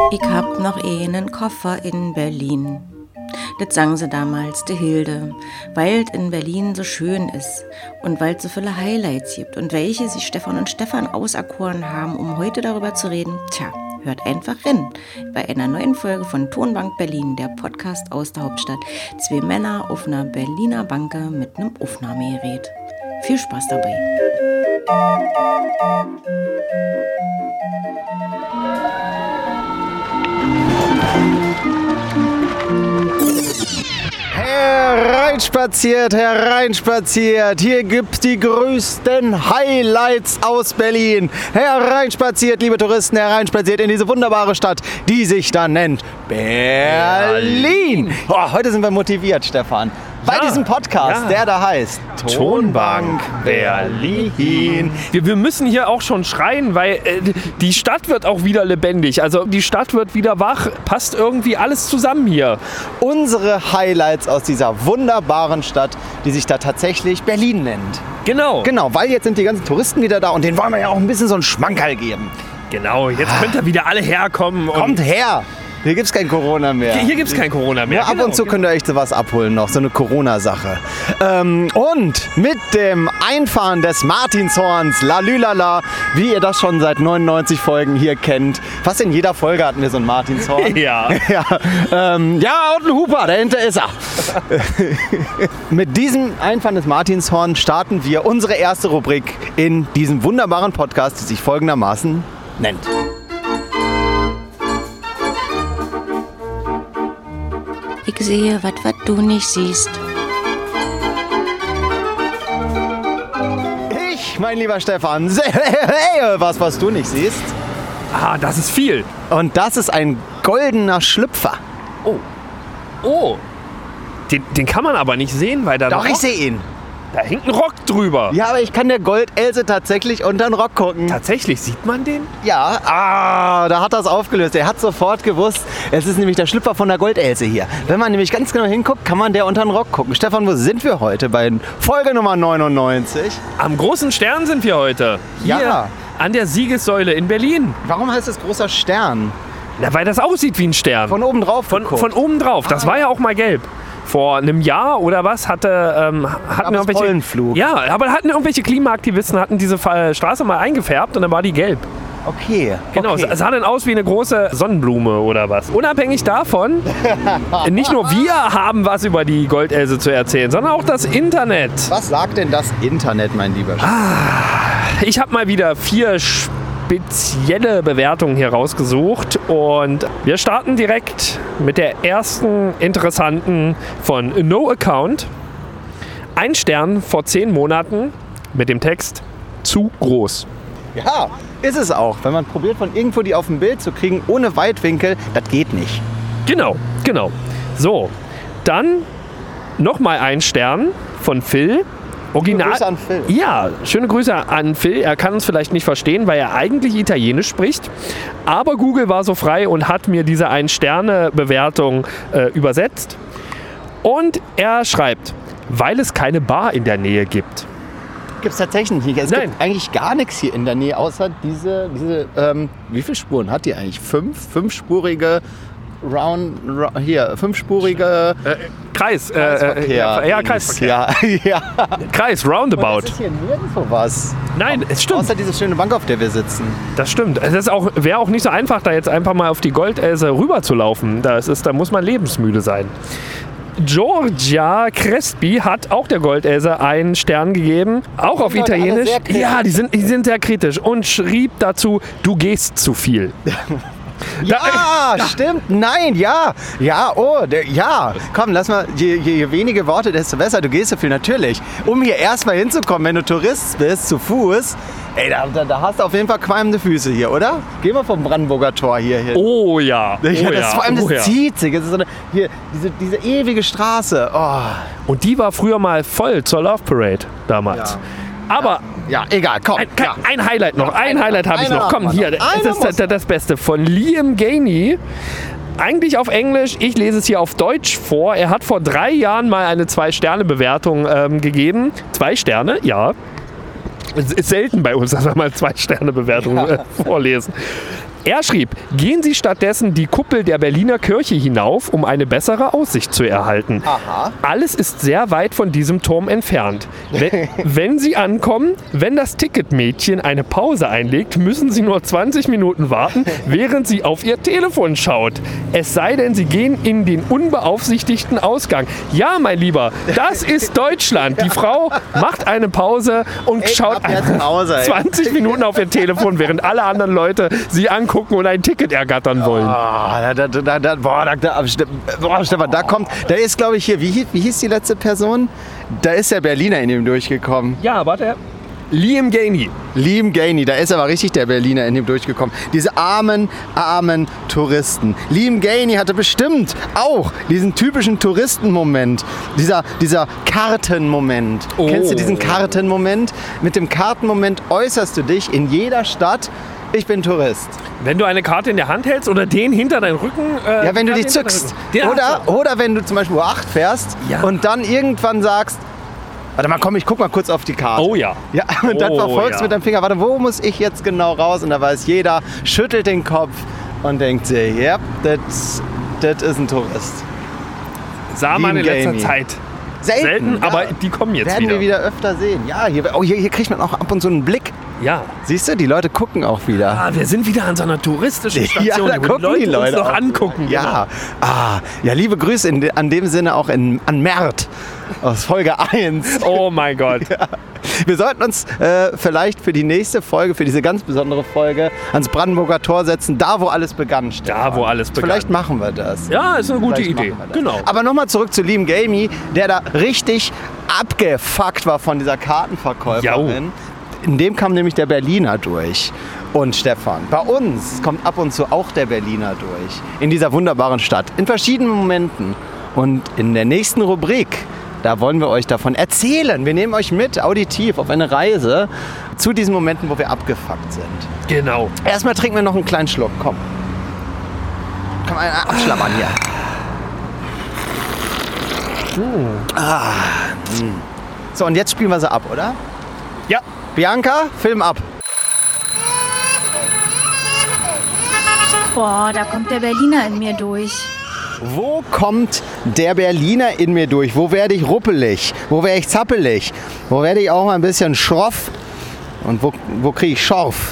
Ich hab noch einen Koffer in Berlin. Das sang sie damals, die Hilde, weil es in Berlin so schön ist und weil es so viele Highlights gibt und welche sich Stefan und Stefan auserkoren haben, um heute darüber zu reden. Tja, hört einfach rein bei einer neuen Folge von Tonbank Berlin, der Podcast aus der Hauptstadt. 2 Männer auf einer Berliner Banke mit einem Aufnahmegerät. Viel Spaß dabei. Hereinspaziert, hier gibt's die größten Highlights aus Berlin. Hereinspaziert, liebe Touristen, hereinspaziert in diese wunderbare Stadt, die sich da nennt Berlin. Oh, heute sind wir motiviert, Stefan. Bei diesem Podcast, der da heißt Tonbank Berlin. Wir müssen hier auch schon schreien, weil die Stadt wird auch wieder lebendig. Also die Stadt wird wieder wach. Passt irgendwie alles zusammen hier. Unsere Highlights aus dieser wunderbaren Stadt, die sich da tatsächlich Berlin nennt. Genau, weil jetzt sind die ganzen Touristen wieder da und denen wollen wir ja auch ein bisschen so einen Schmankerl geben. Genau, jetzt könnt ihr wieder alle herkommen. Kommt her! Hier gibt's kein Corona mehr. Hier gibt's kein Corona mehr. Ja, ab und zu könnt ihr euch sowas abholen noch, so eine Corona-Sache. Und mit dem Einfahren des Martinshorns, lalülala, wie ihr das schon seit 99 Folgen hier kennt. Fast in jeder Folge hatten wir so ein Martinshorn. Ja. Und ein Huper, dahinter ist er. Mit diesem Einfahren des Martinshorns starten wir unsere erste Rubrik in diesem wunderbaren Podcast, die sich folgendermaßen nennt. Ich sehe was du nicht siehst. Ich, mein lieber Stefan, sehe was du nicht siehst. Ah, das ist viel. Und das ist ein goldener Schlüpfer. Oh. Den kann man aber nicht sehen, weil da... Doch, ich sehe ihn. Da hängt ein Rock drüber. Ja, aber ich kann der Goldelse tatsächlich unter den Rock gucken. Tatsächlich, sieht man den? Ja, da hat er es aufgelöst. Er hat sofort gewusst, es ist nämlich der Schlüpfer von der Goldelse hier. Wenn man nämlich ganz genau hinguckt, kann man der unter den Rock gucken. Stefan, wo sind wir heute? Bei Folge Nummer 99. Am großen Stern sind wir heute. Hier Ja. an der Siegessäule in Berlin. Warum heißt es großer Stern? Na, weil das aussieht wie ein Stern. Von oben drauf geguckt. Von oben drauf. Das war ja auch mal gelb. Vor einem Jahr oder was hatten irgendwelche Pollenflug. Ja, aber hatten irgendwelche Klimaaktivisten diese Straße mal eingefärbt und dann war die gelb. Okay. Genau, okay. es sah dann aus wie eine große Sonnenblume oder was. Unabhängig davon, nicht nur wir haben was über die Goldelse zu erzählen, sondern auch das Internet. Was sagt denn das Internet, mein lieber Stefan? Ich habe mal wieder 4 spezielle Bewertungen hier rausgesucht und wir starten direkt mit der ersten interessanten von No Account. 1 Stern vor 10 Monaten mit dem Text zu groß. Ja, ist es auch. Wenn man probiert, von irgendwo die auf dem Bild zu kriegen, ohne Weitwinkel, das geht nicht. Genau. So, dann nochmal 1 Stern von Phil. Original. Grüße an Phil. Ja, schöne Grüße an Phil. Er kann uns vielleicht nicht verstehen, weil er eigentlich Italienisch spricht. Aber Google war so frei und hat mir diese 1-Sterne-Bewertung übersetzt. Und er schreibt, weil es keine Bar in der Nähe gibt. Gibt es tatsächlich nicht. Es Nein. gibt eigentlich gar nichts hier in der Nähe, außer diese wie viele Spuren hat die eigentlich? 5? 5-spurige fünfspurige Kreisverkehr. Kreisverkehr. Ja. Kreis, Und Roundabout. es ist hier nirgendwo was. Nein, es stimmt. Außer diese schöne Bank, auf der wir sitzen. Das stimmt. Es wäre auch nicht so einfach, da jetzt einfach mal auf die Goldelse rüber zu laufen. Da muss man lebensmüde sein. Giorgia Crespi hat auch der Goldelse einen Stern gegeben, auch auf Italienisch. Ja, die sind sehr kritisch und schrieb dazu, du gehst zu viel. Ja, stimmt. Nein, ja. Ja, Komm, lass mal, je wenige Worte, desto besser. Du gehst so viel, natürlich. Um hier erstmal hinzukommen, wenn du Tourist bist, zu Fuß, ey, da hast du auf jeden Fall qualmende Füße hier, oder? Gehen wir vom Brandenburger Tor hier hin. Oh ja. Das zieht sich. Das ist so diese ewige Straße. Oh. Und die war früher mal voll zur Love Parade damals. Ja. Aber ja, egal, komm. ein Highlight noch. Ein Highlight habe ich noch. Komm, hier, das ist das Beste. Von Liam Gainey. Eigentlich auf Englisch, ich lese es hier auf Deutsch vor. Er hat vor 3 Jahren mal eine 2-Sterne-Bewertung gegeben. 2 Sterne, ja. Es ist selten bei uns, dass wir mal 2-Sterne-Bewertungen vorlesen. Er schrieb, gehen Sie stattdessen die Kuppel der Berliner Kirche hinauf, um eine bessere Aussicht zu erhalten. Aha. Alles ist sehr weit von diesem Turm entfernt. Wenn Sie ankommen, wenn das Ticketmädchen eine Pause einlegt, müssen Sie nur 20 Minuten warten, während Sie auf Ihr Telefon schaut. Es sei denn, Sie gehen in den unbeaufsichtigten Ausgang. Ja, mein Lieber, das ist Deutschland. Die Frau macht eine Pause und schaut ab jetzt Pause, 20 Minuten auf ihr Telefon, während alle anderen Leute sie angucken und ein Ticket ergattern wollen. Stefan, da ist, glaube ich, hier, wie hieß die letzte Person? Da ist der Berliner in ihm durchgekommen. Ja, warte. Liam Gainey. Liam Gainey, da ist aber richtig der Berliner in ihm durchgekommen. Diese armen Touristen. Liam Gainey hatte bestimmt auch diesen typischen Touristenmoment. Dieser Kartenmoment. Oh. Kennst du diesen Kartenmoment? Mit dem Kartenmoment äußerst du dich in jeder Stadt. Ich bin Tourist. Wenn du eine Karte in der Hand hältst oder den hinter deinen Rücken... ja, wenn du die zückst. Oder wenn du zum Beispiel U8 fährst und dann irgendwann sagst, warte mal, komm, ich guck mal kurz auf die Karte. Oh ja. Ja, und dann verfolgst du mit deinem Finger, warte, wo muss ich jetzt genau raus? Und da weiß jeder, schüttelt den Kopf und denkt sich, ja, das ist ein Tourist. Sah man in letzter Zeit. Selten, ja. aber die kommen jetzt Werden wir wieder öfter sehen. Ja, hier kriegt man auch ab und zu einen Blick. Ja. Siehst du, die Leute gucken auch wieder. Ah, wir sind wieder an so einer touristischen Station, ja, da wo die Leute uns noch auch angucken. Ja. Ja, liebe Grüße an dem Sinne auch an Mert aus Folge 1. Oh mein Gott. Ja. Wir sollten uns vielleicht für die nächste Folge, für diese ganz besondere Folge, ans Brandenburger Tor setzen, da wo alles begann. Da wo alles begann. Vielleicht machen wir das. Ja, ist eine gute Idee. Genau. Aber nochmal zurück zu Liam Gainey, der da richtig abgefuckt war von dieser Kartenverkäuferin. Jau. In dem kam nämlich der Berliner durch. Und Stefan, bei uns kommt ab und zu auch der Berliner durch. In dieser wunderbaren Stadt. In verschiedenen Momenten. Und in der nächsten Rubrik, da wollen wir euch davon erzählen. Wir nehmen euch mit, auditiv, auf eine Reise zu diesen Momenten, wo wir abgefuckt sind. Genau. Erstmal trinken wir noch einen kleinen Schluck. Komm. Komm, einen abschlammern hier. So, und jetzt spielen wir sie ab, oder? Ja. Bianca, Film ab. Boah, da kommt der Berliner in mir durch. Wo kommt der Berliner in mir durch? Wo werde ich ruppelig? Wo werde ich zappelig? Wo werde ich auch mal ein bisschen schroff? Und wo kriege ich Schorf?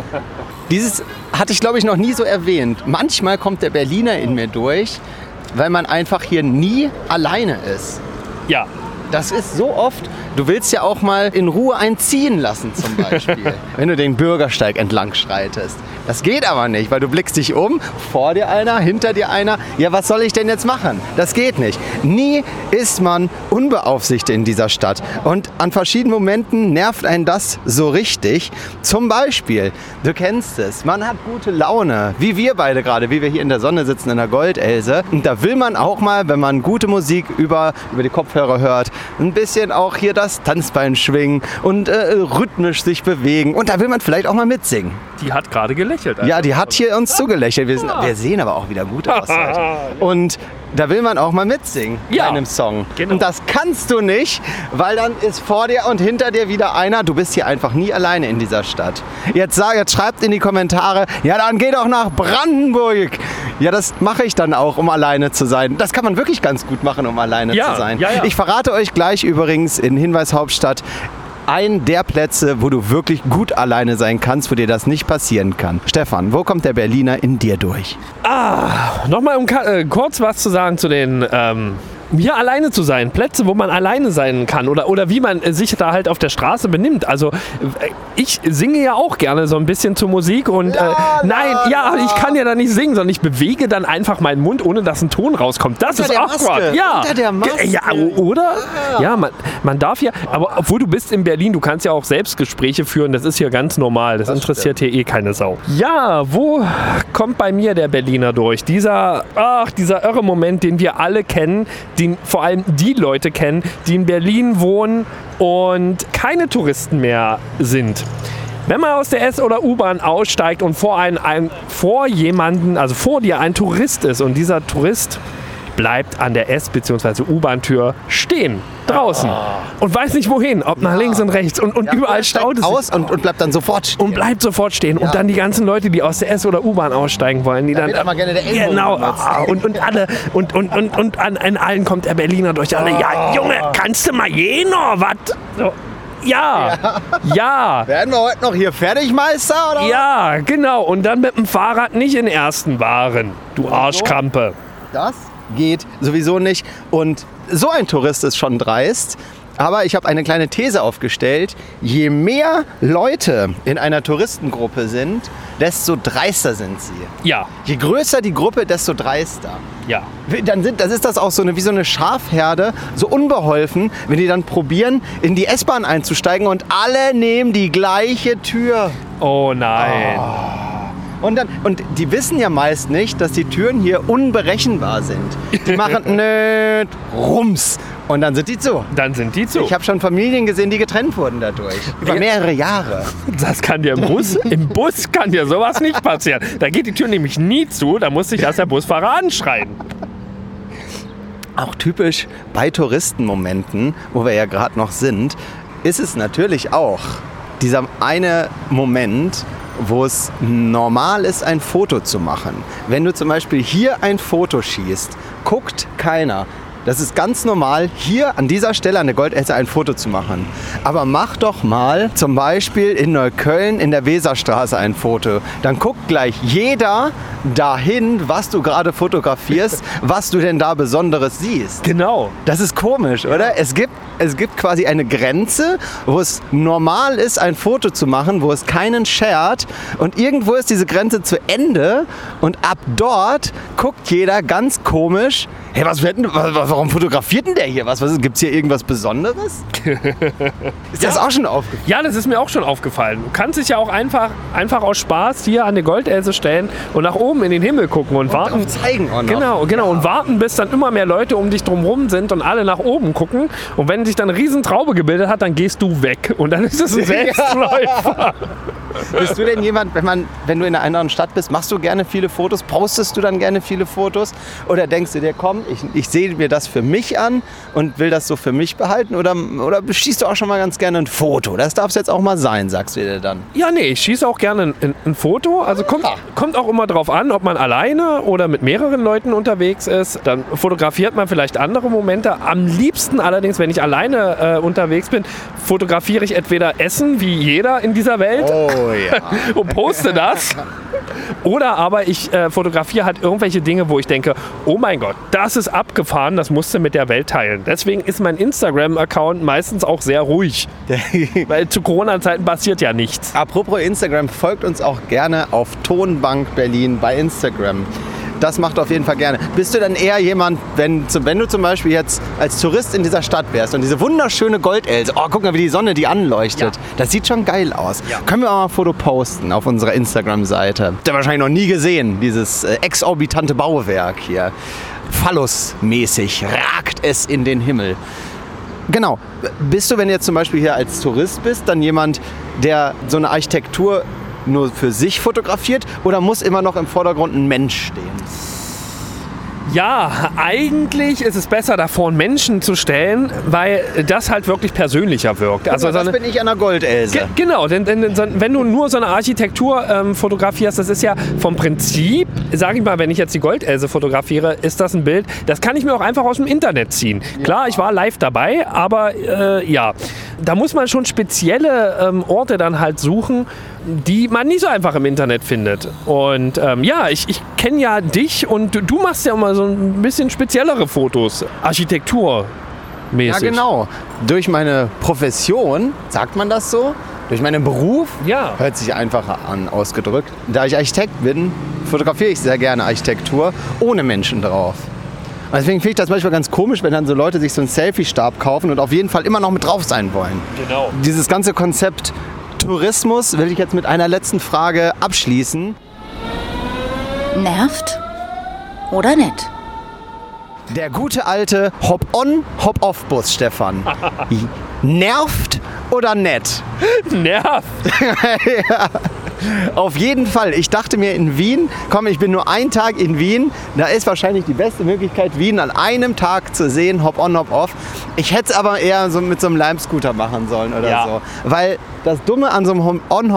Dieses hatte ich, glaube ich, noch nie so erwähnt. Manchmal kommt der Berliner in mir durch, weil man einfach hier nie alleine ist. Ja. Das ist so oft, du willst ja auch mal in Ruhe einziehen lassen zum Beispiel, wenn du den Bürgersteig entlang schreitest. Das geht aber nicht, weil du blickst dich um, vor dir einer, hinter dir einer. Ja, was soll ich denn jetzt machen? Das geht nicht. Nie ist man unbeaufsichtigt in dieser Stadt. Und an verschiedenen Momenten nervt einen das so richtig. Zum Beispiel, du kennst es, man hat gute Laune, wie wir beide gerade, wie wir hier in der Sonne sitzen in der Goldelse. Und da will man auch mal, wenn man gute Musik über die Kopfhörer hört, ein bisschen auch hier das Tanzbein schwingen und rhythmisch sich bewegen. Und da will man vielleicht auch mal mitsingen. Die hat gerade gelächelt. Also. Ja, die hat hier uns zugelächelt. Wir sehen aber auch wieder gut aus heute. Und da will man auch mal mitsingen bei einem Song. Genau. Und das kannst du nicht, weil dann ist vor dir und hinter dir wieder einer. Du bist hier einfach nie alleine in dieser Stadt. Jetzt schreibt in die Kommentare, ja dann geh doch nach Brandenburg. Ja, das mache ich dann auch, um alleine zu sein. Das kann man wirklich ganz gut machen, um alleine zu sein. Ja. Ich verrate euch gleich übrigens in Hinweis Hauptstadt einen der Plätze, wo du wirklich gut alleine sein kannst, wo dir das nicht passieren kann. Stefan, wo kommt der Berliner in dir durch? Nochmal um kurz was zu sagen zu den hier alleine zu sein. Plätze, wo man alleine sein kann oder wie man sich da halt auf der Straße benimmt. Also ich singe ja auch gerne so ein bisschen zur Musik und ich kann ja da nicht singen, sondern ich bewege dann einfach meinen Mund, ohne dass ein Ton rauskommt. Das ist awkward. Ja. Unter der Maske. Ja, oder? Ja, man darf ja, aber obwohl du bist in Berlin, du kannst ja auch Selbstgespräche führen, das ist hier ganz normal. Das interessiert hier keine Sau. Ja, wo kommt bei mir der Berliner durch? Dieser irre Moment, den wir alle kennen, den vor allem die Leute kennen, die in Berlin wohnen und keine Touristen mehr sind. Wenn man aus der S- oder U-Bahn aussteigt und vor dir ein Tourist ist und dieser Tourist bleibt an der S- bzw. U-Bahn-Tür stehen. Draußen. Und weiß nicht wohin, ob nach links und rechts und überall staut es aus und bleibt dann sofort stehen. Und bleibt sofort stehen. Ja. Und dann die ganzen Leute, die aus der S- oder U-Bahn aussteigen wollen, die dann aber gerne der Ellbogen und alle und an allen kommt der Berliner durch alle. Ja, Junge, kannst du mal noch was? So. Ja. Werden wir heute noch hier fertig, Meister? Oder? Ja, genau. Und dann mit dem Fahrrad nicht in ersten Wahren, du Arschkrampe. Das geht sowieso nicht. Und so ein Tourist ist schon dreist. Aber ich habe eine kleine These aufgestellt. Je mehr Leute in einer Touristengruppe sind, desto dreister sind sie. Ja. Je größer die Gruppe, desto dreister. Ja. Das ist das auch so wie so eine Schafherde, so unbeholfen, wenn die dann probieren, in die S-Bahn einzusteigen und alle nehmen die gleiche Tür. Oh nein. Und die wissen ja meist nicht, dass die Türen hier unberechenbar sind. Die machen nöt, rums. Und dann sind die zu. Ich habe schon Familien gesehen, die getrennt wurden dadurch. Über mehrere Jahre. Das kann dir im Bus. Im Bus kann dir sowas nicht passieren. Da geht die Tür nämlich nie zu. Da muss sich erst der Busfahrer anschreien. Auch typisch bei Touristenmomenten, wo wir ja gerade noch sind, ist es natürlich auch dieser eine Moment, wo es normal ist, ein Foto zu machen. Wenn du zum Beispiel hier ein Foto schießt, guckt keiner. Das ist ganz normal, hier an dieser Stelle an der Goldelse ein Foto zu machen. Aber mach doch mal zum Beispiel in Neukölln in der Weserstraße ein Foto. Dann guckt gleich jeder dahin, was du gerade fotografierst, was du denn da Besonderes siehst. Genau. Das ist komisch, oder? Es gibt quasi eine Grenze, wo es normal ist, ein Foto zu machen, wo es keinen schert. Und irgendwo ist diese Grenze zu Ende. Und ab dort guckt jeder ganz komisch. Hey, warum fotografiert denn der hier was? Gibt es hier irgendwas Besonderes? Ist das auch schon aufgefallen? Ja, das ist mir auch schon aufgefallen. Du kannst dich ja auch einfach aus Spaß hier an die Goldelse stellen und nach oben in den Himmel gucken und warten. Zeigen auch noch. Genau. Und warten, bis dann immer mehr Leute um dich drumherum sind und alle nach oben gucken. Und wenn sich dann eine riesen Traube gebildet hat, dann gehst du weg. Und dann ist es ein Selbstläufer. Bist du denn jemand, wenn du in einer anderen Stadt bist, machst du gerne viele Fotos? Postest du dann gerne viele Fotos? Oder denkst du dir, komm, ich sehe mir das für mich an und will das so für mich behalten? Oder schießt du auch schon mal ganz gerne ein Foto? Das darf es jetzt auch mal sein, sagst du dir dann. Ja, nee, ich schieße auch gerne ein Foto. Also kommt auch immer drauf an, ob man alleine oder mit mehreren Leuten unterwegs ist. Dann fotografiert man vielleicht andere Momente. Am liebsten allerdings, wenn ich alleine unterwegs bin, fotografiere ich entweder Essen, wie jeder in dieser Welt. Oh ja. Und poste das. Oder aber ich fotografiere halt irgendwelche Dinge, wo ich denke, oh mein Gott, das ist abgefahren, das musst du mit der Welt teilen. Deswegen ist mein Instagram-Account meistens auch sehr ruhig. Weil zu Corona-Zeiten passiert ja nichts. Apropos Instagram, folgt uns auch gerne auf Tonbank Berlin bei Instagram. Das macht auf jeden Fall gerne. Bist du dann eher jemand, wenn du zum Beispiel jetzt als Tourist in dieser Stadt wärst und diese wunderschöne Goldelse, guck mal, wie die Sonne die anleuchtet. Ja. Das sieht schon geil aus. Ja. Können wir auch mal ein Foto posten auf unserer Instagram-Seite? Habt ihr wahrscheinlich noch nie gesehen, dieses exorbitante Bauwerk hier. Phallusmäßig ragt es in den Himmel. Genau. Bist du, wenn du jetzt zum Beispiel hier als Tourist bist, dann jemand, der so eine Architektur nur für sich fotografiert oder muss immer noch im Vordergrund ein Mensch stehen? Ja, eigentlich ist es besser, davor einen Menschen zu stellen, weil das halt wirklich persönlicher wirkt. Also das bin ich an der Goldelse. Genau, denn wenn du nur so eine Architektur fotografierst, das ist ja vom Prinzip, sage ich mal, wenn ich jetzt die Goldelse fotografiere, ist das ein Bild, das kann ich mir auch einfach aus dem Internet ziehen. Ja. Klar, ich war live dabei, aber ja, da muss man schon spezielle Orte dann halt suchen, die man nicht so einfach im Internet findet. Und ja, ich kenne ja dich und du machst ja immer so ein bisschen speziellere Fotos, architekturmäßig. Ja, genau. Durch meine Profession, sagt man das so? Durch meinen Beruf, ja. Hört sich einfacher an, ausgedrückt. Da ich Architekt bin, fotografiere ich sehr gerne Architektur ohne Menschen drauf. Und deswegen finde ich das manchmal ganz komisch, wenn dann so Leute sich so einen Selfie-Stab kaufen und auf jeden Fall immer noch mit drauf sein wollen. Genau. Dieses ganze Konzept Tourismus will ich jetzt mit einer letzten Frage abschließen. Nervt oder nett? Der gute alte Hop-on, Hop-off-Bus, Stefan. Nervt oder nett? Nervt. Ja. Auf jeden Fall. Ich dachte mir in Wien, komm, ich bin nur einen Tag in Wien. Da ist wahrscheinlich die beste Möglichkeit, Wien an einem Tag zu sehen, Hop-on, Hop-off. Ich hätte es aber eher so mit so einem Lime-Scooter machen sollen oder so. Weil das Dumme an so einem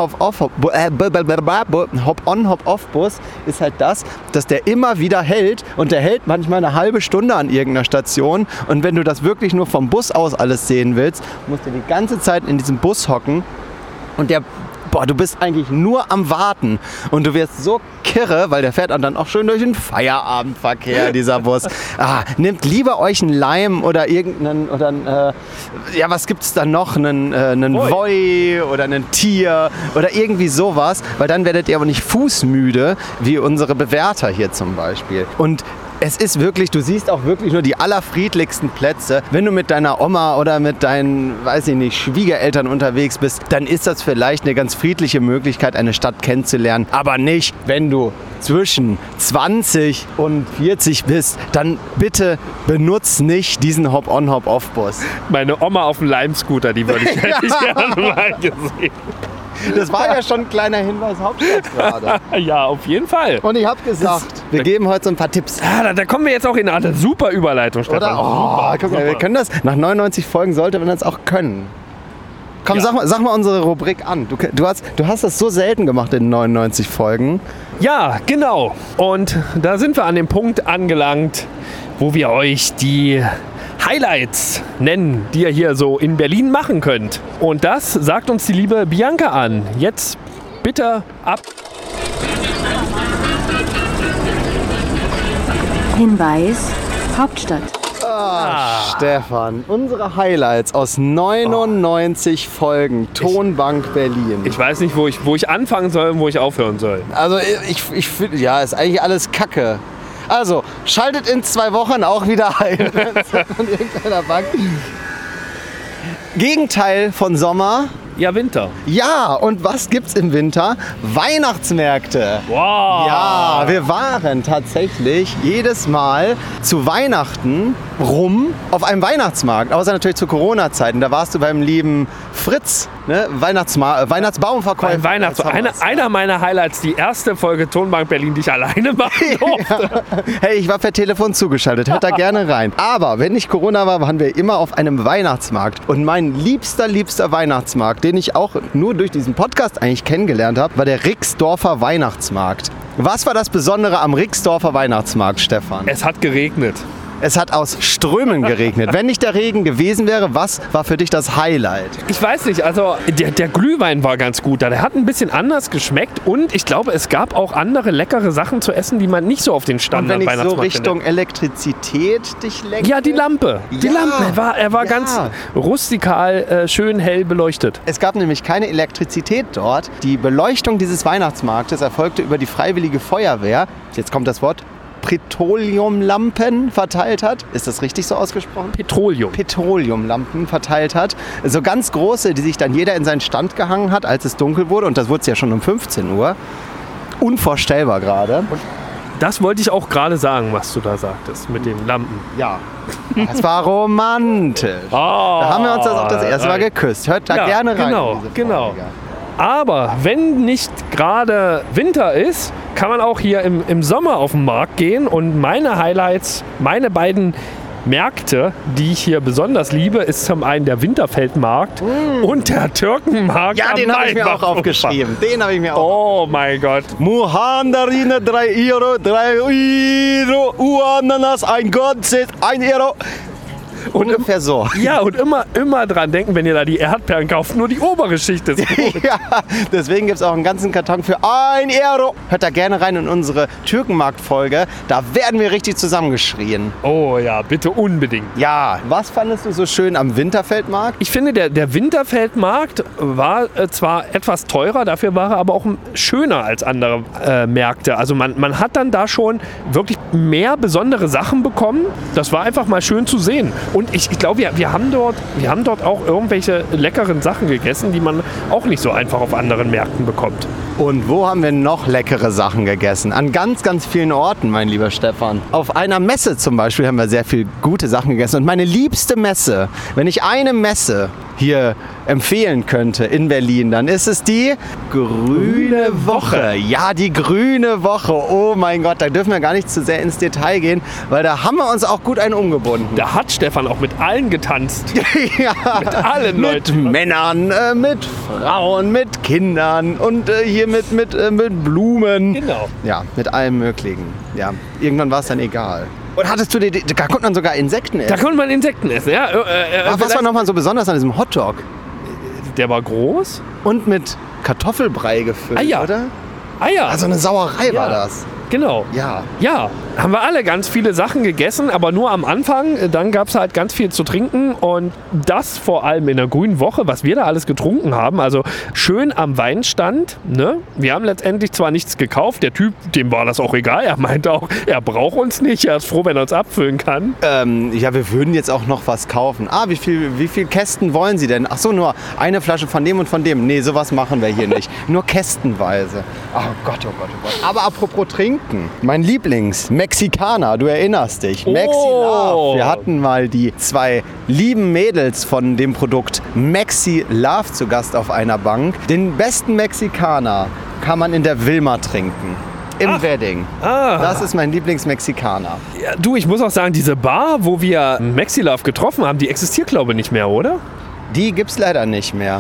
Hop-on-Hop-off-Bus ist halt das, dass der immer wieder hält und der hält manchmal eine halbe Stunde an irgendeiner Station. Und wenn du das wirklich nur vom Bus aus alles sehen willst, musst du die ganze Zeit in diesem Bus hocken und du bist eigentlich nur am Warten und du wirst so kirre, weil der fährt dann auch schön durch den Feierabendverkehr, dieser Bus. Nehmt lieber euch einen Lime oder irgendeinen, was gibt's da noch? Einen Voi oder einen Tier oder irgendwie sowas, weil dann werdet ihr aber nicht fußmüde, wie unsere Bewerter hier zum Beispiel. Und es ist wirklich, du siehst auch wirklich nur die allerfriedlichsten Plätze. Wenn du mit deiner Oma oder mit deinen, Schwiegereltern unterwegs bist, dann ist das vielleicht eine ganz friedliche Möglichkeit, eine Stadt kennenzulernen. Aber nicht, wenn du zwischen 20 und 40 bist, dann bitte benutz nicht diesen Hop-on, Hop-off-Bus. Meine Oma auf dem Lime-Scooter, die hätte ich gerne mal gesehen. Das war ja schon ein kleiner Hinweis Hauptstadt gerade. Ja, auf jeden Fall. Und ich habe gesagt, wir geben heute so ein paar Tipps. Da kommen wir jetzt auch in eine super Überleitung, Stefan. Oder? Guck mal, wir können das. Nach 99 Folgen sollte man das auch können. Komm, sag mal unsere Rubrik an. Du hast das so selten gemacht in 99 Folgen. Ja, genau. Und da sind wir an dem Punkt angelangt, wo wir euch die Highlights nennen, die ihr hier so in Berlin machen könnt. Und das sagt uns die liebe Bianca an. Jetzt bitte ab. Hinweis, Hauptstadt. Stefan, unsere Highlights aus 99 Folgen Tonbank Berlin. Ich weiß nicht, wo ich anfangen soll und wo ich aufhören soll. Also ich finde, ist eigentlich alles Kacke. Also, schaltet in 2 Wochen auch wieder ein. Von irgendeiner Bank. Gegenteil von Sommer. Ja, Winter. Ja, und was gibt's im Winter? Weihnachtsmärkte. Wow. Ja, wir waren tatsächlich jedes Mal zu Weihnachten rum auf einem Weihnachtsmarkt. Außer natürlich zu Corona-Zeiten. Da warst du beim lieben Fritz, ne? Weihnachtsbaumverkäufer. Einer meiner Highlights, die erste Folge Tonbank Berlin, die ich alleine machen durfte. Ja. Hey, ich war per Telefon zugeschaltet. Hört da gerne rein. Aber wenn nicht Corona war, waren wir immer auf einem Weihnachtsmarkt. Und mein liebster Weihnachtsmarkt, den ich auch nur durch diesen Podcast eigentlich kennengelernt habe, war der Rixdorfer Weihnachtsmarkt. Was war das Besondere am Rixdorfer Weihnachtsmarkt, Stefan? Es hat geregnet. Es hat aus Strömen geregnet. Wenn nicht der Regen gewesen wäre, was war für dich das Highlight? Ich weiß nicht, also der Glühwein war ganz gut. Der hat ein bisschen anders geschmeckt und ich glaube, es gab auch andere leckere Sachen zu essen, die man nicht so auf den Standard Weihnachtsmarkt so Richtung findet. Elektrizität dich lenkt? Ja, die Lampe. Die Lampe. Er war ganz rustikal, schön hell beleuchtet. Es gab nämlich keine Elektrizität dort. Die Beleuchtung dieses Weihnachtsmarktes erfolgte über die Freiwillige Feuerwehr. Jetzt kommt das Wort. Petroleumlampen verteilt hat. Ist das richtig so ausgesprochen? Petroleumlampen verteilt hat. So ganz große, die sich dann jeder in seinen Stand gehangen hat, als es dunkel wurde. Und das wurde es ja schon um 15 Uhr. Unvorstellbar gerade. Das wollte ich auch gerade sagen, was du da sagtest mit den Lampen. Ja, das war romantisch. Da haben wir uns das auch das erste Mal geküsst. Hört da gerne rein. Genau. Aber wenn nicht gerade Winter ist, kann man auch hier im Sommer auf den Markt gehen. Und meine Highlights, meine beiden Märkte, die ich hier besonders liebe, ist zum einen der Winterfeldmarkt und der Türkenmarkt. Ja, den habe ich mir auch aufgeschrieben. Oh mein Gott. Muhandarine 3 Euro, 3 Euro, Ananas, ein ganzes 1 Euro. Ungefähr so. Ja, und immer dran denken, wenn ihr da die Erdbeeren kauft, nur die obere Schicht ist gut. Ja, deswegen gibt es auch einen ganzen Karton für 1 Euro. Hört da gerne rein in unsere Türkenmarkt-Folge. Da werden wir richtig zusammengeschrien. Oh ja, bitte unbedingt. Ja, was fandest du so schön am Winterfeldmarkt? Ich finde, der Winterfeldmarkt war zwar etwas teurer, dafür war er aber auch schöner als andere Märkte. Also man hat dann da schon wirklich mehr besondere Sachen bekommen. Das war einfach mal schön zu sehen. Und ich glaube, wir haben dort auch irgendwelche leckeren Sachen gegessen, die man auch nicht so einfach auf anderen Märkten bekommt. Und wo haben wir noch leckere Sachen gegessen? An ganz, ganz vielen Orten, mein lieber Stefan. Auf einer Messe zum Beispiel haben wir sehr viele gute Sachen gegessen. Und meine liebste Messe, wenn ich eine Messe hier empfehlen könnte in Berlin, dann ist es die Grüne Woche. Ja, die Grüne Woche. Oh mein Gott, da dürfen wir gar nicht zu sehr ins Detail gehen, weil da haben wir uns auch gut einen umgebunden. Da hat Stefan auch mit allen getanzt. Ja, mit allen Leuten. Mit Männern, mit Frauen, mit Kindern und hier mit Blumen. Genau. Ja, mit allem Möglichen. Ja, irgendwann war es dann egal. Und hattest du da konnte man sogar Insekten essen. Da konnte man Insekten essen, ja. Was war nochmal so besonders an diesem Hotdog? Der war groß. Und mit Kartoffelbrei gefüllt, Eier. oder? Eier. Also eine Sauerei war das. Genau. Ja. Ja, haben wir alle ganz viele Sachen gegessen, aber nur am Anfang. Dann gab es halt ganz viel zu trinken und das vor allem in der Grünen Woche, was wir da alles getrunken haben. Also schön am Weinstand. Ne? Wir haben letztendlich zwar nichts gekauft, der Typ, dem war das auch egal. Er meinte auch, er braucht uns nicht, er ist froh, wenn er uns abfüllen kann. Ja, wir würden jetzt auch noch was kaufen. Wie viel Kästen wollen Sie denn? Ach so, nur eine Flasche von dem und von dem. Nee, sowas machen wir hier nicht. Nur kästenweise. Oh Gott, oh Gott, oh Gott. Aber apropos Trinken. Mein Lieblings, Mexikaner, du erinnerst dich. Maxi Love. Wir hatten mal die 2 lieben Mädels von dem Produkt Maxi Love zu Gast auf einer Bank. Den besten Mexikaner kann man in der Wilma trinken. Im Wedding. Das ist mein Lieblings-Mexikaner. Ja, du, ich muss auch sagen, diese Bar, wo wir Maxi Love getroffen haben, die existiert, glaube ich, nicht mehr, oder? Die gibt's leider nicht mehr.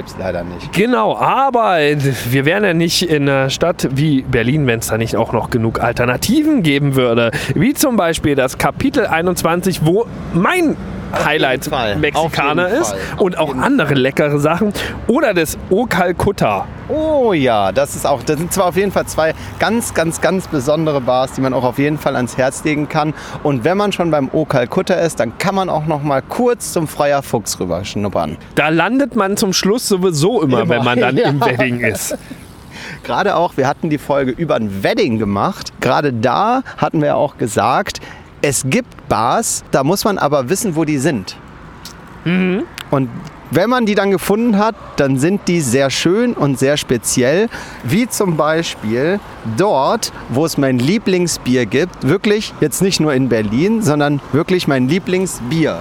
Genau, aber wir wären ja nicht in einer Stadt wie Berlin, wenn es da nicht auch noch genug Alternativen geben würde. Wie zum Beispiel das Kapitel 21, wo mein Highlight Mexikaner ist und auch andere leckere Sachen. Oder das O Calcutta. Oh ja, das sind zwar auf jeden Fall 2 ganz, ganz, ganz besondere Bars, die man auch auf jeden Fall ans Herz legen kann. Und wenn man schon beim O Calcutta ist, dann kann man auch noch mal kurz zum Freier Fuchs rüber schnuppern. Da landet man zum Schluss sowieso immer wenn man dann im Wedding ist. Gerade auch, wir hatten die Folge über ein Wedding gemacht. Gerade da hatten wir auch gesagt, es gibt Bars, da muss man aber wissen, wo die sind. Mhm. Und wenn man die dann gefunden hat, dann sind die sehr schön und sehr speziell. Wie zum Beispiel dort, wo es mein Lieblingsbier gibt. Wirklich, jetzt nicht nur in Berlin, sondern wirklich mein Lieblingsbier.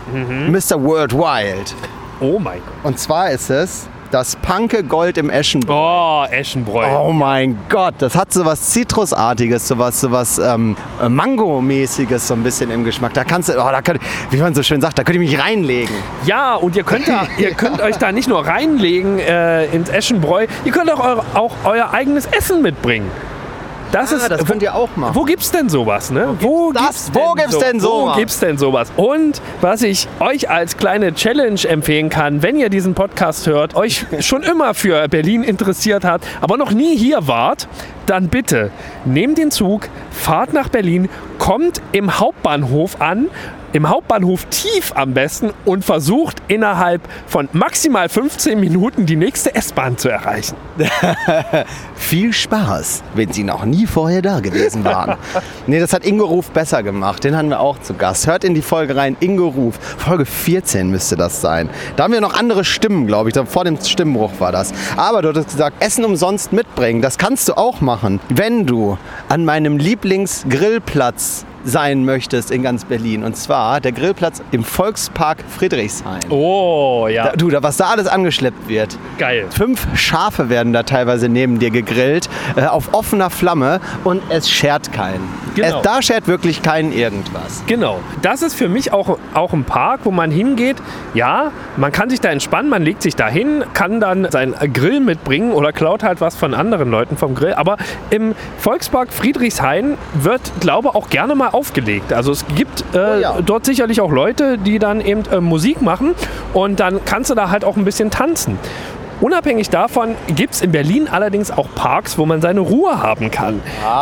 Mr. World Wild. Oh mein Gott. Und zwar ist es das Panke Gold im Eschenbräu. Oh, Eschenbräu. Oh mein Gott, das hat sowas Zitrusartiges, sowas Mango-mäßiges so ein bisschen im Geschmack. Da kannst du, wie man so schön sagt, da könnt ihr mich reinlegen. Ja, und ihr könnt euch da nicht nur reinlegen ins Eschenbräu, ihr könnt auch euer eigenes Essen mitbringen. Das könnt ihr auch machen. Wo gibt's denn sowas, ne? Wo gibt's denn sowas? Und was ich euch als kleine Challenge empfehlen kann, wenn ihr diesen Podcast hört, euch schon immer für Berlin interessiert habt, aber noch nie hier wart, dann bitte nehmt den Zug, fahrt nach Berlin, kommt im Hauptbahnhof an, im Hauptbahnhof tief am besten und versucht innerhalb von maximal 15 Minuten die nächste S-Bahn zu erreichen. Viel Spaß, wenn Sie noch nie vorher da gewesen waren. Nee, das hat Ingo Ruf besser gemacht. Den hatten wir auch zu Gast. Hört in die Folge rein, Ingo Ruf. Folge 14 müsste das sein. Da haben wir noch andere Stimmen, glaube ich. Vor dem Stimmbruch war das. Aber du hattest gesagt, Essen umsonst mitbringen. Das kannst du auch machen, wenn du an meinem Lieblingsgrillplatz sein möchtest in ganz Berlin. Und zwar der Grillplatz im Volkspark Friedrichshain. Oh, ja. Was da alles angeschleppt wird. Geil. 5 Schafe werden da teilweise neben dir gegrillt, auf offener Flamme und es schert keinen. Genau. Da schert wirklich keinen irgendwas. Genau. Das ist für mich auch ein Park, wo man hingeht. Ja, man kann sich da entspannen, man legt sich da hin, kann dann seinen Grill mitbringen oder klaut halt was von anderen Leuten vom Grill. Aber im Volkspark Friedrichshain wird, glaube ich, auch gerne mal aufgelegt. Also es gibt dort sicherlich auch Leute, die dann eben Musik machen und dann kannst du da halt auch ein bisschen tanzen. Unabhängig davon gibt es in Berlin allerdings auch Parks, wo man seine Ruhe haben kann.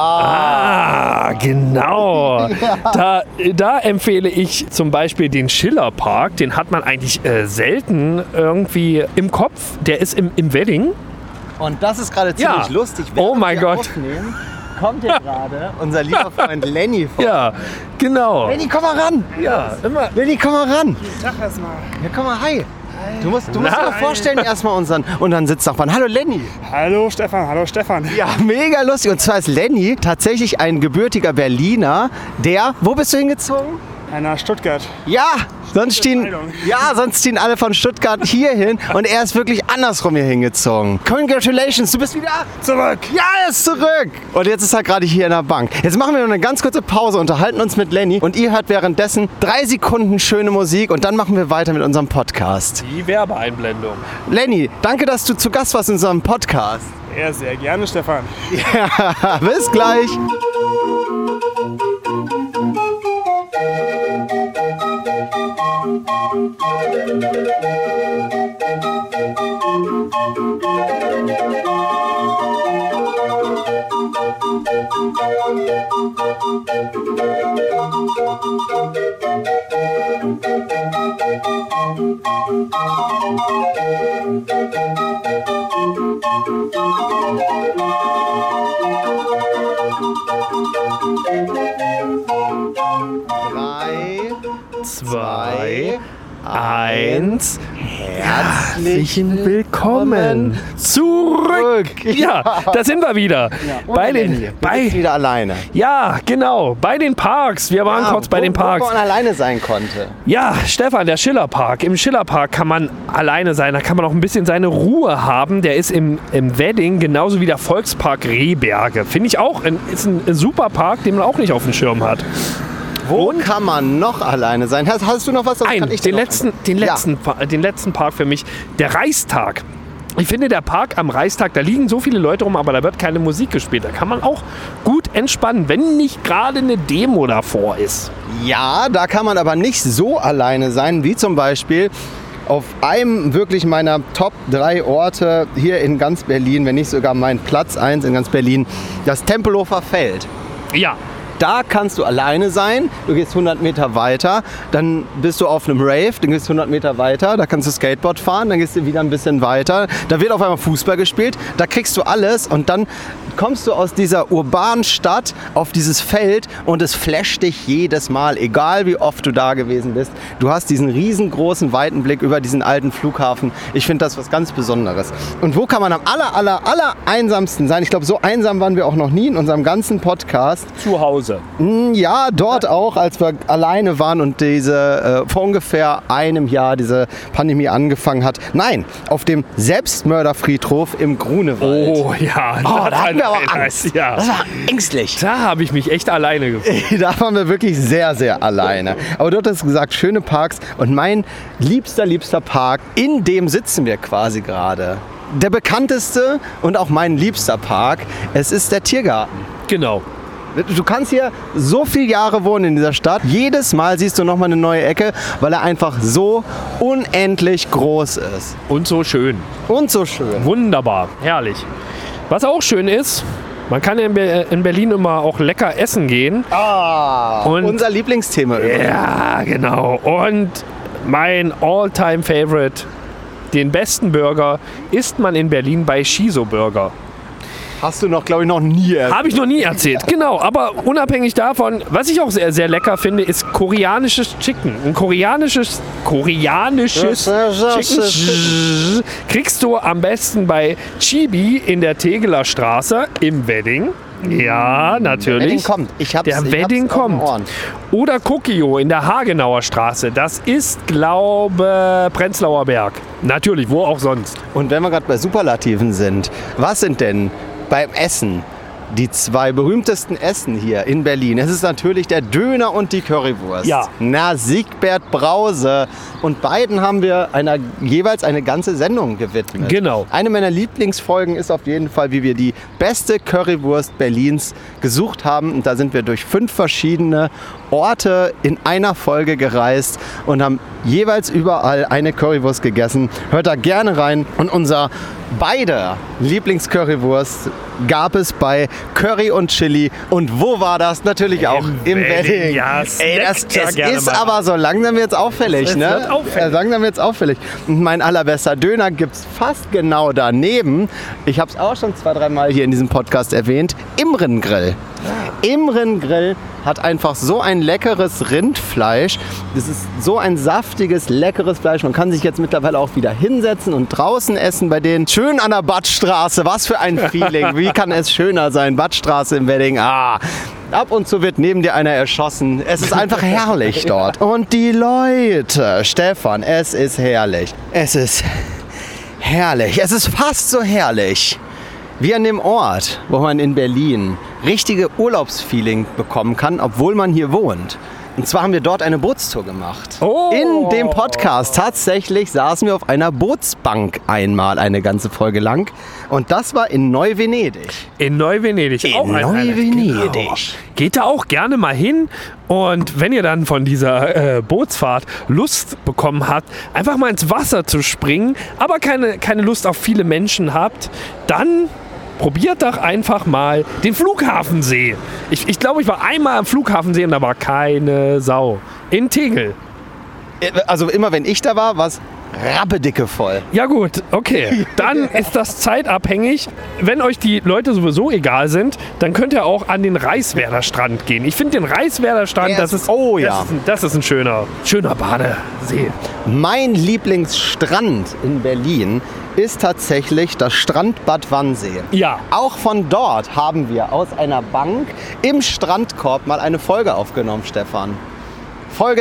Genau. Da empfehle ich zum Beispiel den Schiller-Park. Den hat man eigentlich selten irgendwie im Kopf. Der ist im Wedding. Und das ist gerade ziemlich lustig. Oh mein Gott. Kommt hier gerade unser lieber Freund Lenny vor. Ja, genau. Lenny, komm mal ran. Ja, immer. Lenny, komm mal ran. Guten Tag erstmal. Ja, komm mal, hi. Du musst dir mal vorstellen, erstmal unseren Sitznachbarn. Hallo Lenny. Hallo Stefan, Ja, mega lustig. Und zwar ist Lenny tatsächlich ein gebürtiger Berliner, wo bist du hingezogen? Nach Stuttgart. Ja, sonst ziehen alle von Stuttgart hier hin und er ist wirklich andersrum hier hingezogen. Congratulations, du bist wieder zurück. Ja, er ist zurück. Und jetzt ist er gerade hier in der Bank. Jetzt machen wir noch eine ganz kurze Pause, unterhalten uns mit Lenny und ihr hört währenddessen 3 Sekunden schöne Musik und dann machen wir weiter mit unserem Podcast. Die Werbeeinblendung. Lenny, danke, dass du zu Gast warst in unserem Podcast. Ja, sehr gerne, Stefan. Ja, bis gleich. Drei, 2, 1. Herzlichen Willkommen Zurück! Ja, da sind wir wieder. Wieder alleine. Ja, genau. Bei den Parks. Wir waren kurz bei den Parks. Wo man alleine sein konnte. Ja, Stefan, der Schillerpark. Im Schillerpark kann man alleine sein. Da kann man auch ein bisschen seine Ruhe haben. Der ist im Wedding, genauso wie der Volkspark Rehberge. Finde ich auch. Ist ein super Park, den man auch nicht auf dem Schirm hat. Wo kann man noch alleine sein? Hast du noch was? Den letzten Park für mich, der Reichstag. Ich finde, der Park am Reichstag, da liegen so viele Leute rum, aber da wird keine Musik gespielt. Da kann man auch gut entspannen, wenn nicht gerade eine Demo davor ist. Ja, da kann man aber nicht so alleine sein, wie zum Beispiel auf einem wirklich meiner Top 3 Orte hier in ganz Berlin, wenn nicht sogar mein Platz 1 in ganz Berlin, das Tempelhofer Feld. Ja. Da kannst du alleine sein, du gehst 100 Meter weiter, dann bist du auf einem Rave, dann gehst du 100 Meter weiter, da kannst du Skateboard fahren, dann gehst du wieder ein bisschen weiter, da wird auf einmal Fußball gespielt, da kriegst du alles und dann kommst du aus dieser urbanen Stadt auf dieses Feld und es flasht dich jedes Mal, egal wie oft du da gewesen bist. Du hast diesen riesengroßen, weiten Blick über diesen alten Flughafen. Ich finde das was ganz Besonderes. Und wo kann man am aller einsamsten sein? Ich glaube, so einsam waren wir auch noch nie in unserem ganzen Podcast. Zu Hause. Ja, dort auch, als wir alleine waren und vor ungefähr einem Jahr diese Pandemie angefangen hat. Nein, auf dem Selbstmörderfriedhof im Grunewald. Oh ja, da hatten wir aber Angst. Ja. Das war ängstlich. Da habe ich mich echt alleine gefühlt. Da waren wir wirklich sehr, sehr alleine. Aber dort hast du gesagt, schöne Parks und mein liebster Park, in dem sitzen wir quasi gerade. Der bekannteste und auch mein liebster Park, es ist der Tiergarten. Genau. Du kannst hier so viele Jahre wohnen in dieser Stadt. Jedes Mal siehst du nochmal eine neue Ecke, weil er einfach so unendlich groß ist. Und so schön. Und so schön. Wunderbar. Herrlich. Was auch schön ist, man kann in Berlin immer auch lecker essen gehen. Und unser Lieblingsthema übrigens. Ja, genau. Und mein All-Time-Favorite, den besten Burger, isst man in Berlin bei Shiso Burger. Hast du glaube ich, noch nie erzählt. Habe ich noch nie erzählt, genau. Aber unabhängig davon, was ich auch sehr, sehr lecker finde, ist koreanisches Chicken. Ein koreanisches Chicken kriegst du am besten bei Chibi in der Tegeler Straße im Wedding. Ja, natürlich. Der Wedding kommt. Oder Kokio in der Hagenauer Straße. Das ist, glaube ich, Prenzlauer Berg. Natürlich, wo auch sonst. Und wenn wir gerade bei Superlativen sind, was sind denn beim Essen die 2 berühmtesten Essen hier in Berlin? Es ist natürlich der Döner und die Currywurst. Ja. Na, Siegbert Brause. Und beiden haben wir jeweils eine ganze Sendung gewidmet. Genau. Eine meiner Lieblingsfolgen ist auf jeden Fall, wie wir die beste Currywurst Berlins gesucht haben. Und da sind wir durch 5 verschiedene Orte in einer Folge gereist und haben jeweils überall eine Currywurst gegessen. Hört da gerne rein. Und unser beider Lieblingscurrywurst gab es bei Curry und Chili. Und wo war das? Natürlich auch im Wedding. Ja, es ist aber so langsam jetzt auffällig. Langsam jetzt auffällig. Und mein allerbester Döner gibt es fast genau daneben. Ich habe es auch schon 2-3 Mal hier in diesem Podcast erwähnt. Imren Grill. Imren Grill hat einfach so ein leckeres Rindfleisch. Das ist so ein saftiges, leckeres Fleisch. Man kann sich jetzt mittlerweile auch wieder hinsetzen und draußen essen bei denen. Schön an der Badstraße. Was für ein Feeling. Wie kann es schöner sein? Badstraße im Wedding. Ab und zu wird neben dir einer erschossen. Es ist einfach herrlich dort. Und die Leute, Stefan, es ist herrlich. Es ist herrlich. Es ist fast so herrlich wie an dem Ort, wo man in Berlin richtige Urlaubsfeeling bekommen kann, obwohl man hier wohnt. Und zwar haben wir dort eine Bootstour gemacht. Oh. In dem Podcast tatsächlich saßen wir auf einer Bootsbank einmal eine ganze Folge lang. Und das war in Neu-Venedig. In Neu-Venedig. In Neu-Venedig. Genau. Geht da auch gerne mal hin. Und wenn ihr dann von dieser Bootsfahrt Lust bekommen habt, einfach mal ins Wasser zu springen, aber keine Lust auf viele Menschen habt, dann probiert doch einfach mal den Flughafensee. Ich glaube, ich war einmal am Flughafensee und da war keine Sau. In Tegel. Also immer wenn ich da war es rappedicke voll. Ja gut, okay. Dann ist das zeitabhängig. Wenn euch die Leute sowieso egal sind, dann könnt ihr auch an den Reiswerder Strand gehen. Ich finde den Reiswerder Strand, das ist ein schöner Badesee. Mein Lieblingsstrand in Berlin ist tatsächlich das Strandbad Wannsee. Ja. Auch von dort haben wir aus einer Bank im Strandkorb mal eine Folge aufgenommen, Stefan. Folge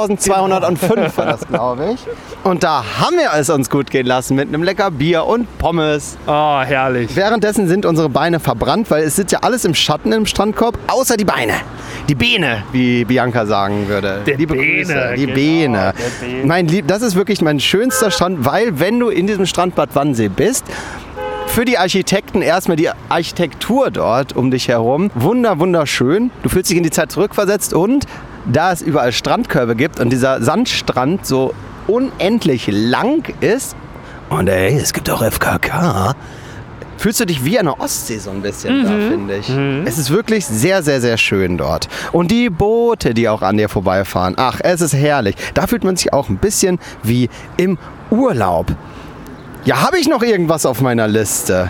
3205 war das, glaube ich. Und da haben wir es uns gut gehen lassen mit einem lecker Bier und Pommes. Oh, herrlich. Währenddessen sind unsere Beine verbrannt, weil es sitzt ja alles im Schatten im Strandkorb, außer die Beine. Die Beine, wie Bianca sagen würde. Liebe Grüße, die Beine. Das ist wirklich mein schönster Strand, weil wenn du in diesem Strandbad Wannsee bist, für die Architekten erstmal die Architektur dort um dich herum. Wunderschön. Du fühlst dich in die Zeit zurückversetzt und da es überall Strandkörbe gibt und dieser Sandstrand so unendlich lang ist und es gibt auch FKK, fühlst du dich wie an der Ostsee so ein bisschen da, finde ich. Es ist wirklich sehr schön dort. Und die Boote, die auch an dir vorbeifahren, ach, es ist herrlich. Da fühlt man sich auch ein bisschen wie im Urlaub. Ja, habe ich noch irgendwas auf meiner Liste?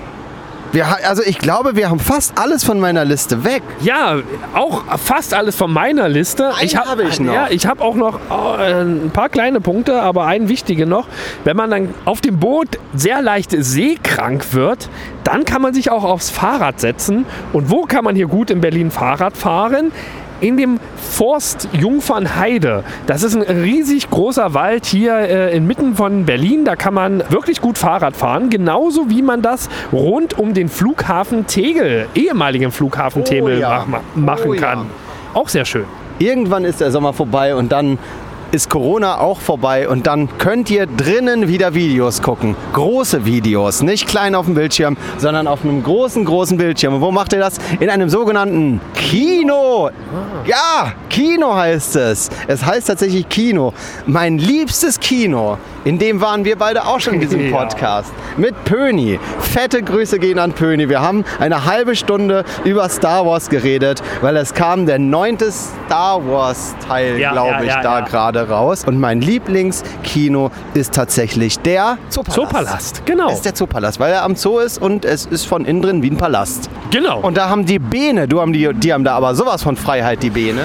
Ich glaube, wir haben fast alles von meiner Liste weg. Ja, auch fast alles von meiner Liste. Habe ich noch. Ja, ich habe auch noch ein paar kleine Punkte, aber einen wichtigen noch. Wenn man dann auf dem Boot sehr leicht seekrank wird, dann kann man sich auch aufs Fahrrad setzen. Und wo kann man hier gut in Berlin Fahrrad fahren? In dem Forst Jungfernheide. Das ist ein riesig großer Wald hier inmitten von Berlin. Da kann man wirklich gut Fahrrad fahren. Genauso wie man das rund um den Flughafen Tegel, ehemaligen Flughafen Tegel, machen kann. Auch sehr schön. Irgendwann ist der Sommer vorbei und dann ist Corona auch vorbei und dann könnt ihr drinnen wieder Videos gucken. Große Videos, nicht klein auf dem Bildschirm, sondern auf einem großen Bildschirm. Und wo macht ihr das? In einem sogenannten Kino. Ja, Kino heißt es. Es heißt tatsächlich Kino. Mein liebstes Kino. In dem waren wir beide auch schon in diesem Podcast. Mit Pöni. Fette Grüße gehen an Pöni. Wir haben eine halbe Stunde über Star Wars geredet, weil es kam der 9. Star Wars Teil, glaube ich, gerade raus. Und mein Lieblingskino ist tatsächlich der Zoopalast. Genau. Es ist der Zoopalast, weil er am Zoo ist und es ist von innen drin wie ein Palast. Genau. Und da haben die Bene, die haben da aber sowas von Freiheit, die Bene.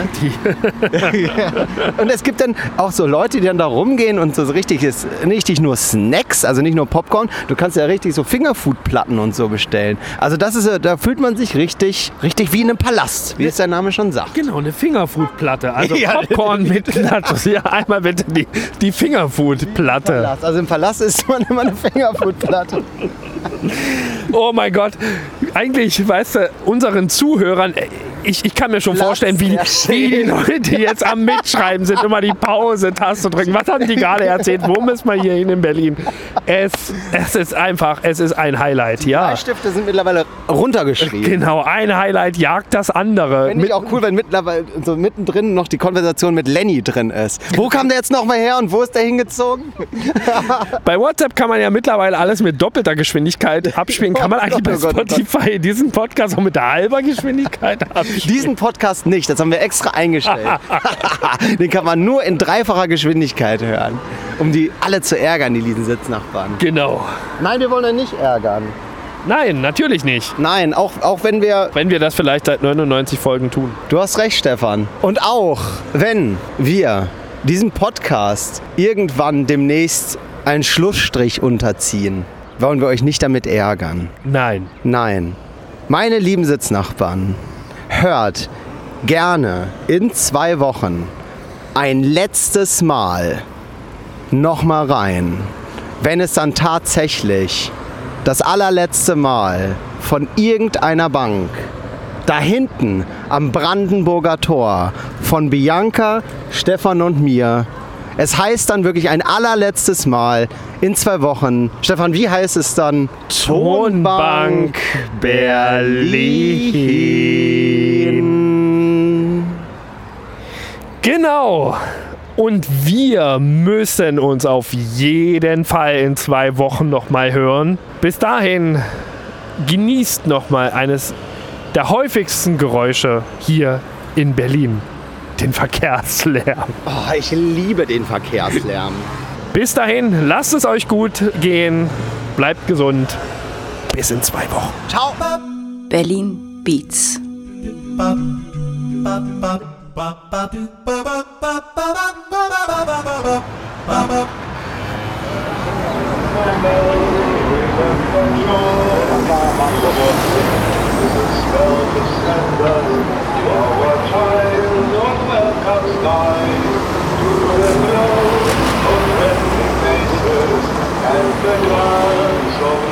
Und es gibt dann auch so Leute, die dann da rumgehen und so richtig nur Snacks, also nicht nur Popcorn. Du kannst ja richtig so Fingerfood-Platten und so bestellen. Also da fühlt man sich richtig wie in einem Palast, wie es der Name schon sagt. Genau, eine Fingerfood-Platte. Also Popcorn mit Nachos. Ja, einmal bitte die Fingerfood-Platte. Also im Palast isst man immer eine Fingerfood-Platte. Oh mein Gott. Eigentlich, weißt du, unseren Zuhörern, ich kann mir schon vorstellen, wie die Leute jetzt am Mitschreiben sind, immer die Pause-Taste drücken. Was haben die gerade erzählt? Wo müssen wir hier hin in Berlin? Es ist ein Highlight, ja. Die Bleistifte sind mittlerweile runtergeschrieben. Genau, ein Highlight jagt das andere. Finde ich auch cool, wenn mittlerweile so mittendrin noch die Konversation mit Lenny drin ist. Wo kam der jetzt noch mal her und wo ist der hingezogen? Bei WhatsApp kann man ja mittlerweile alles mit doppelter Geschwindigkeit abspielen. Kann man eigentlich bei Spotify diesen Podcast auch mit der halber Geschwindigkeit abspielen? Diesen Podcast nicht, das haben wir extra eingestellt. Den kann man nur in dreifacher Geschwindigkeit hören, um die alle zu ärgern, die lieben Sitznachbarn. Genau. Nein, wir wollen ihn nicht ärgern. Nein, natürlich nicht. Nein, auch wenn wir... Wenn wir das vielleicht seit 99 Folgen tun. Du hast recht, Stefan. Und auch wenn wir diesem Podcast irgendwann demnächst einen Schlussstrich unterziehen, wollen wir euch nicht damit ärgern. Nein. Nein. Meine lieben Sitznachbarn, hört gerne in 2 Wochen ein letztes Mal nochmal rein, wenn es dann tatsächlich das allerletzte Mal von irgendeiner Bank da hinten am Brandenburger Tor von Bianca, Stefan und mir. Es heißt dann wirklich ein allerletztes Mal in 2 Wochen. Stefan, wie heißt es dann? Tonbank Berlin. Genau. Und wir müssen uns auf jeden Fall in 2 Wochen nochmal hören. Bis dahin genießt nochmal eines der häufigsten Geräusche hier in Berlin. Den Verkehrslärm. Oh, ich liebe den Verkehrslärm. Bis dahin, lasst es euch gut gehen. Bleibt gesund. Bis in 2 Wochen. Ciao. Berlin Beats. And the glance of